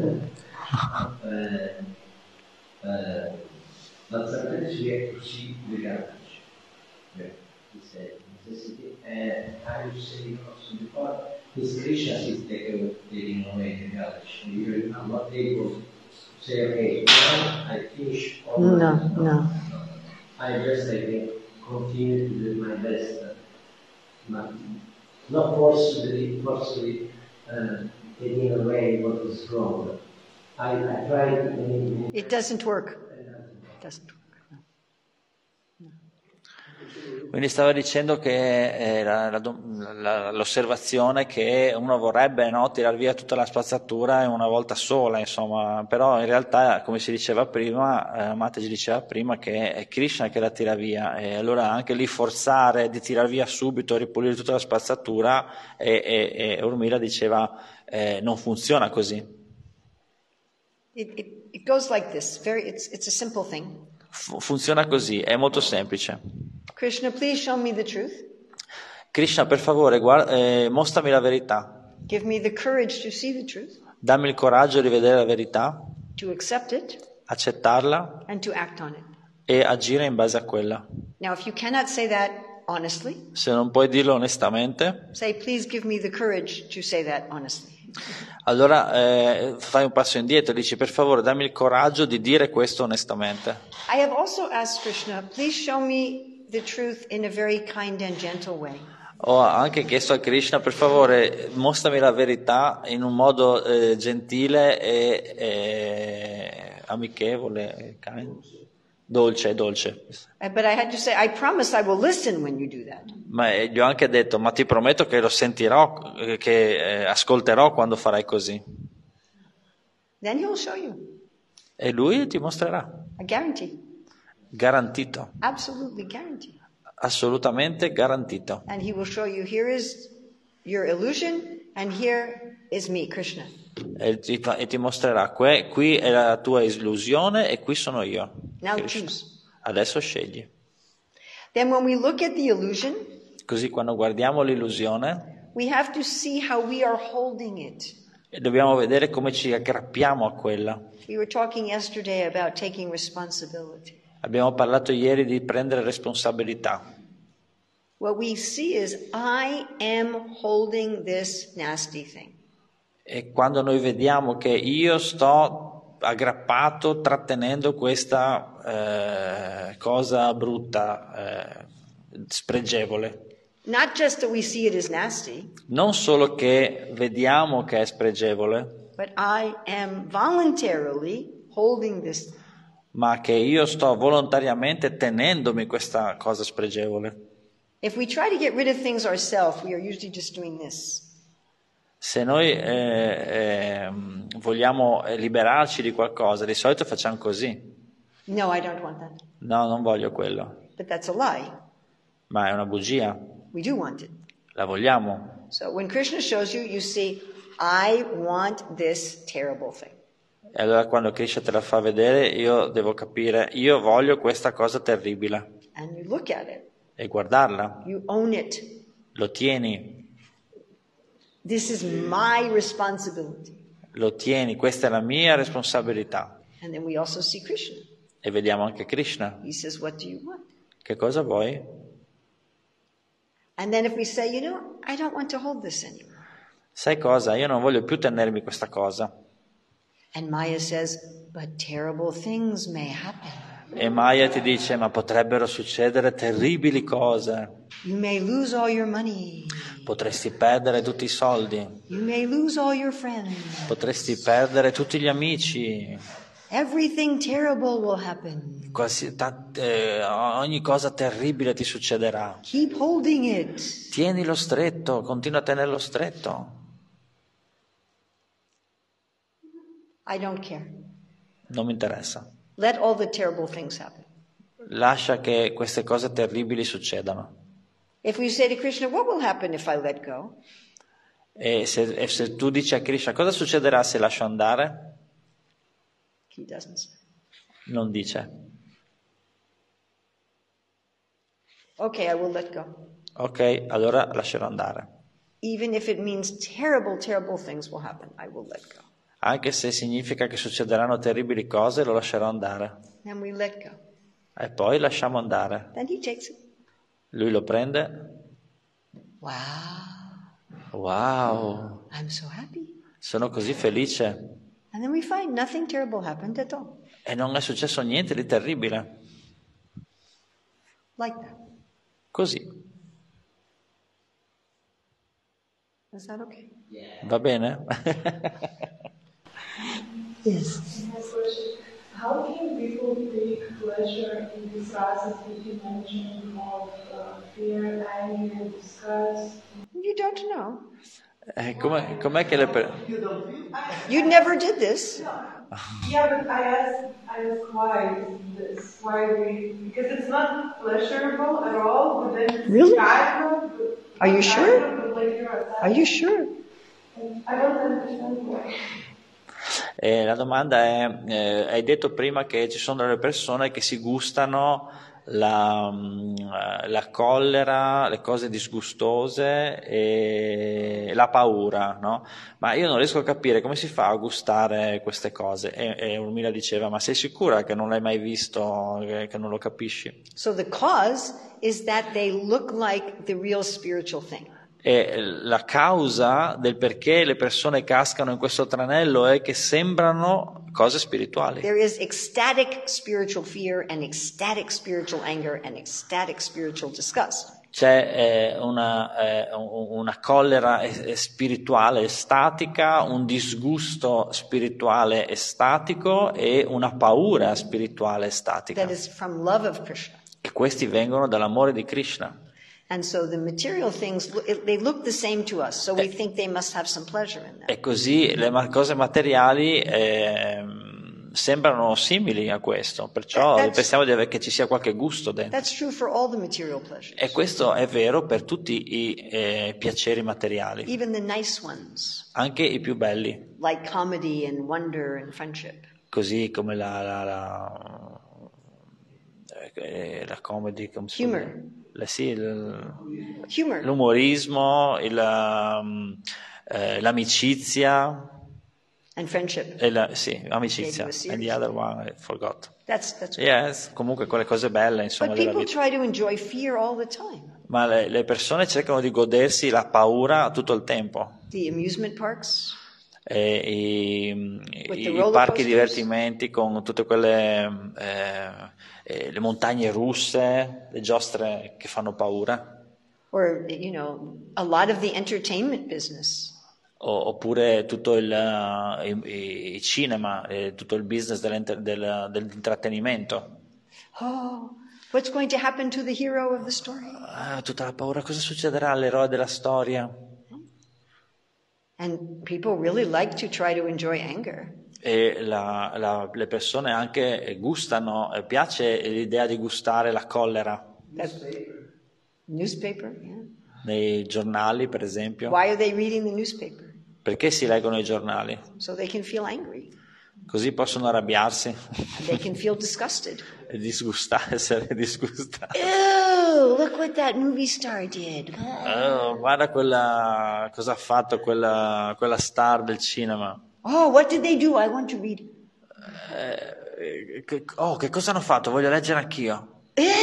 But sometimes we have to see the garbage. It's a necessity. And I would say also before, this Krishna is taking away the garbage. You are not able to say, okay, now I finish all No. I just continue to do my best. But not forcefully taking away what is wrong. I try to... It doesn't work. It doesn't work. No. Quindi stava dicendo che l'osservazione che uno vorrebbe, no, tirar via tutta la spazzatura in una volta sola, insomma, però in realtà, come si diceva prima, Mataji diceva prima che è Krishna che la tira via, e allora anche lì forzare di tirar via subito, ripulire tutta la spazzatura, e Urmila diceva non funziona così. It goes like this. It's a simple thing. Funziona così, è molto semplice. Krishna, please show me the truth. Krishna, per favore, mostrami la verità. Give me the courage to see the truth, Dammi il coraggio di vedere la verità, to accept it, accettarla and to act on it. e agire in base a quella. Now, if you cannot say that honestly, Se non puoi dirlo onestamente, say, please give me the courage to say that honestly. allora fai un passo indietro e dici, per favore, dammi il coraggio di dire questo onestamente. I have also asked Krishna, please show me the truth in a very kind and gentle way. Ho anche chiesto a Krishna, per favore, mostrami la verità in un modo gentile e amichevole, dolce. But I had to say, I promise I will listen when you do that. Ma gli ho anche detto, ma ti prometto che lo sentirò, che ascolterò quando farai così. Then he'll show you. E lui ti mostrerà. I guarantee. Garantito. Absolutely guarantee. Assolutamente garantito. And he will show you, here is your illusion, and here is me, Krishna. E ti mostrerà, qui è la tua illusione e qui sono io. Now Krishna. choose. Adesso scegli. Then when we look at the illusion, Così quando guardiamo l'illusione, we have to see how we are holding it. dobbiamo vedere come ci aggrappiamo a quella. We were talking yesterday about taking responsibility. Abbiamo parlato ieri di prendere responsabilità. What we see is, I am holding this nasty thing. E quando noi vediamo che io sto aggrappato, trattenendo questa cosa brutta, spregevole. Not just that we see it as nasty, Non solo che vediamo che è spregevole, but I am voluntarily holding this thing. ma che io sto volontariamente tenendomi questa cosa spregevole. If we try to get rid of things ourselves, we are usually just doing this. Se noi vogliamo liberarci di qualcosa, di solito facciamo così. No, I don't want that. No, non voglio quello. But that's a lie. Ma è una bugia. We do want it. La vogliamo. So when Krishna shows you, you see, I want this terrible thing. E allora quando Krishna te la fa vedere, io devo capire, io voglio questa cosa terribile. And you look at it. E guardarla. You own it. Lo tieni. This is my responsibility. Lo tieni, questa è la mia responsabilità. And then we also see Krishna. E vediamo anche Krishna. He says, what do you want? Che cosa vuoi? And then if we say, I don't want to hold this anymore. Sai cosa? Io non voglio più tenermi questa cosa. And Maya says, but terrible things may happen. E Maya ti dice, ma potrebbero succedere terribili cose. You may lose all your money. Potresti perdere tutti i soldi. You may lose all your friends. Potresti perdere tutti gli amici. Everything terrible will happen. Ogni cosa terribile ti succederà. Keep holding it. Tienilo stretto, continua a tenerlo stretto. I don't care. Non mi interessa. Let all the terrible things happen. Lascia che queste cose terribili succedano. If we say to Krishna, what will happen if I let go? E se tu dici a Krishna, cosa succederà se lascio andare? He doesn't say. Non dice. Okay, I will let go. Ok, allora lascerò andare. Even if it means terrible, terrible things will happen, I will let go. Anche se significa che succederanno terribili cose, lo lascerò andare. And we let go. E poi lasciamo andare. Then he takes it. Lui lo prende. Wow, Wow, I'm so happy. sono così felice. And then we find nothing terrible happened at all. E non è successo niente di terribile. Like that. Così. Is that okay? Va bene? Yes. How can people take pleasure in these rasas that you mentioned of fear, anger, disgust? You don't know. Com'è che You never did this. Yeah, but I ask why this? Because it's not pleasurable at all, but then it's Really? kind of, Are you sure? but like you're Are you sure? I don't understand why. La domanda è, hai detto prima che ci sono delle persone che si gustano la collera, le cose disgustose e la paura, no? Ma io non riesco a capire come si fa a gustare queste cose. E Urmila diceva, ma sei sicura che non l'hai mai visto, che non lo capisci? So the cause is that they look like the real spiritual thing. E la causa del perché le persone cascano in questo tranello è che sembrano cose spirituali. There is ecstatic spiritual fear and ecstatic spiritual anger and ecstatic spiritual disgust. C'è una collera spirituale estatica, un disgusto spirituale estatico e una paura spirituale estatica. That is from love of Krishna. E questi vengono dall'amore di Krishna. And so the material things, they look the same to us, so we think they must have some pleasure in them. E così le cose materiali sembrano simili a questo, perciò pensiamo che ci sia qualche gusto dentro. That's true for all the material pleasures. E questo è vero per tutti i piaceri materiali, Even the nice ones, anche i più belli, like comedy and wonder and friendship. così come la comedy, come si Humor. può dire? Sì, Humor. l'umorismo, l'amicizia. And friendship. Sì, amicizia. Maybe And the other one I forgot. That's Yes, comunque quelle cose belle, insomma, But della people vita. try to enjoy fear all the time. Ma le persone cercano di godersi la paura tutto il tempo. The amusement parks, I the roller parchi coasters. divertimenti con tutte quelle le montagne russe, le giostre che fanno paura, or, a lot of the entertainment business. oppure tutto il cinema, tutto il business dell'intrattenimento. Oh, what's going to happen to the hero of the story? Tutta la paura, cosa succederà all'eroe della storia? And people really like to try to enjoy anger. E le persone anche gustano, piace l'idea di gustare la collera. Newspaper, yeah. Nei giornali, per esempio. Why are they reading the newspaper? Perché si leggono i giornali? So they can feel angry. Così possono arrabbiarsi They can feel disgusted. e essere disgustati. Oh, look what that movie star did. Oh, guarda cosa ha fatto quella star del cinema. Oh, what did they do? I want to read. Che cosa hanno fatto? Voglio leggere anch'io.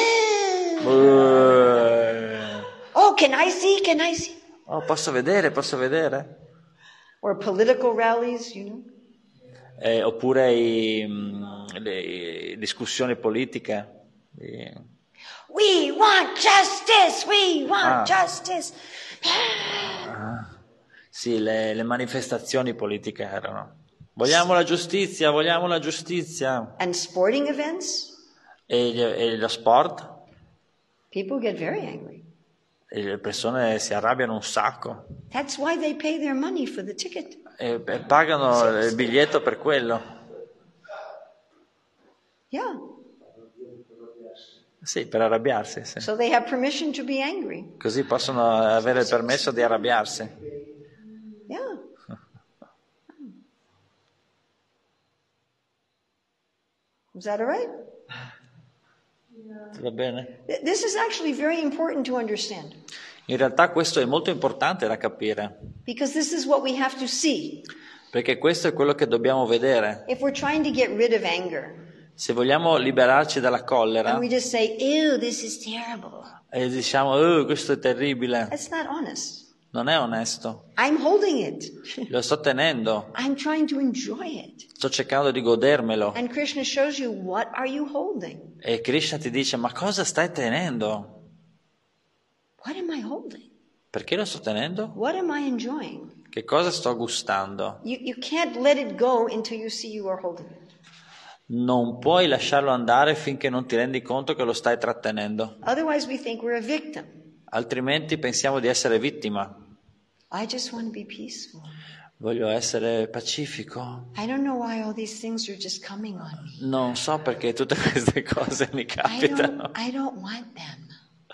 Oh, can I see? Can I see? Oh, posso vedere? Or political rallies, Oppure le discussioni politiche. We want justice! We want justice! Sì, le manifestazioni politiche erano. Vogliamo la giustizia, vogliamo la giustizia. And sporting events? E lo sport? People get very angry. E le persone si arrabbiano un sacco. That's why they pay their money for the ticket. E pagano il biglietto per quello. Yeah. Sì, per arrabbiarsi. Sì. So they have permission to be angry. Così possono avere il permesso di arrabbiarsi. Yeah. Is that all right? Va bene? This is actually very important to understand. In realtà questo è molto importante da capire, Because this is what we have to see. perché questo è quello che dobbiamo vedere. If we're trying to get rid of anger, Se vogliamo liberarci dalla collera and we just say, ew, this is terrible. e diciamo, questo è terribile, That's not honest. non è onesto. I'm holding it. Lo sto tenendo, I'm trying to enjoy it. sto cercando di godermelo. And Krishna shows you, what are you holding? E Krishna ti dice, ma cosa stai tenendo? What am I holding? Perché lo sto tenendo? What am I enjoying? Che cosa sto gustando? You can't let it go until you see you are holding it. Non puoi lasciarlo andare finché non ti rendi conto che lo stai trattenendo. Otherwise, we think we're a victim. Altrimenti pensiamo di essere vittima. I just want to be peaceful. Voglio essere pacifico. I don't know why all these things are just coming on me. Non so perché tutte queste cose mi capitano. I don't want them.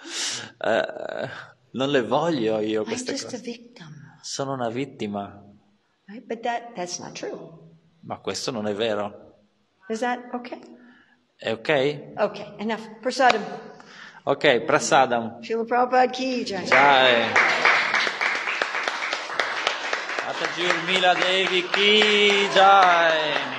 Non le voglio io I'm queste just a cose. victim. Sono una vittima. Right? But that's not true. Ma questo non è vero. Is that okay? È ok? Okay, enough. Prasadam. Ok, prasadam. Srila Prabhupada ki jai. Jai. Mataji Urmila Devi ki jai.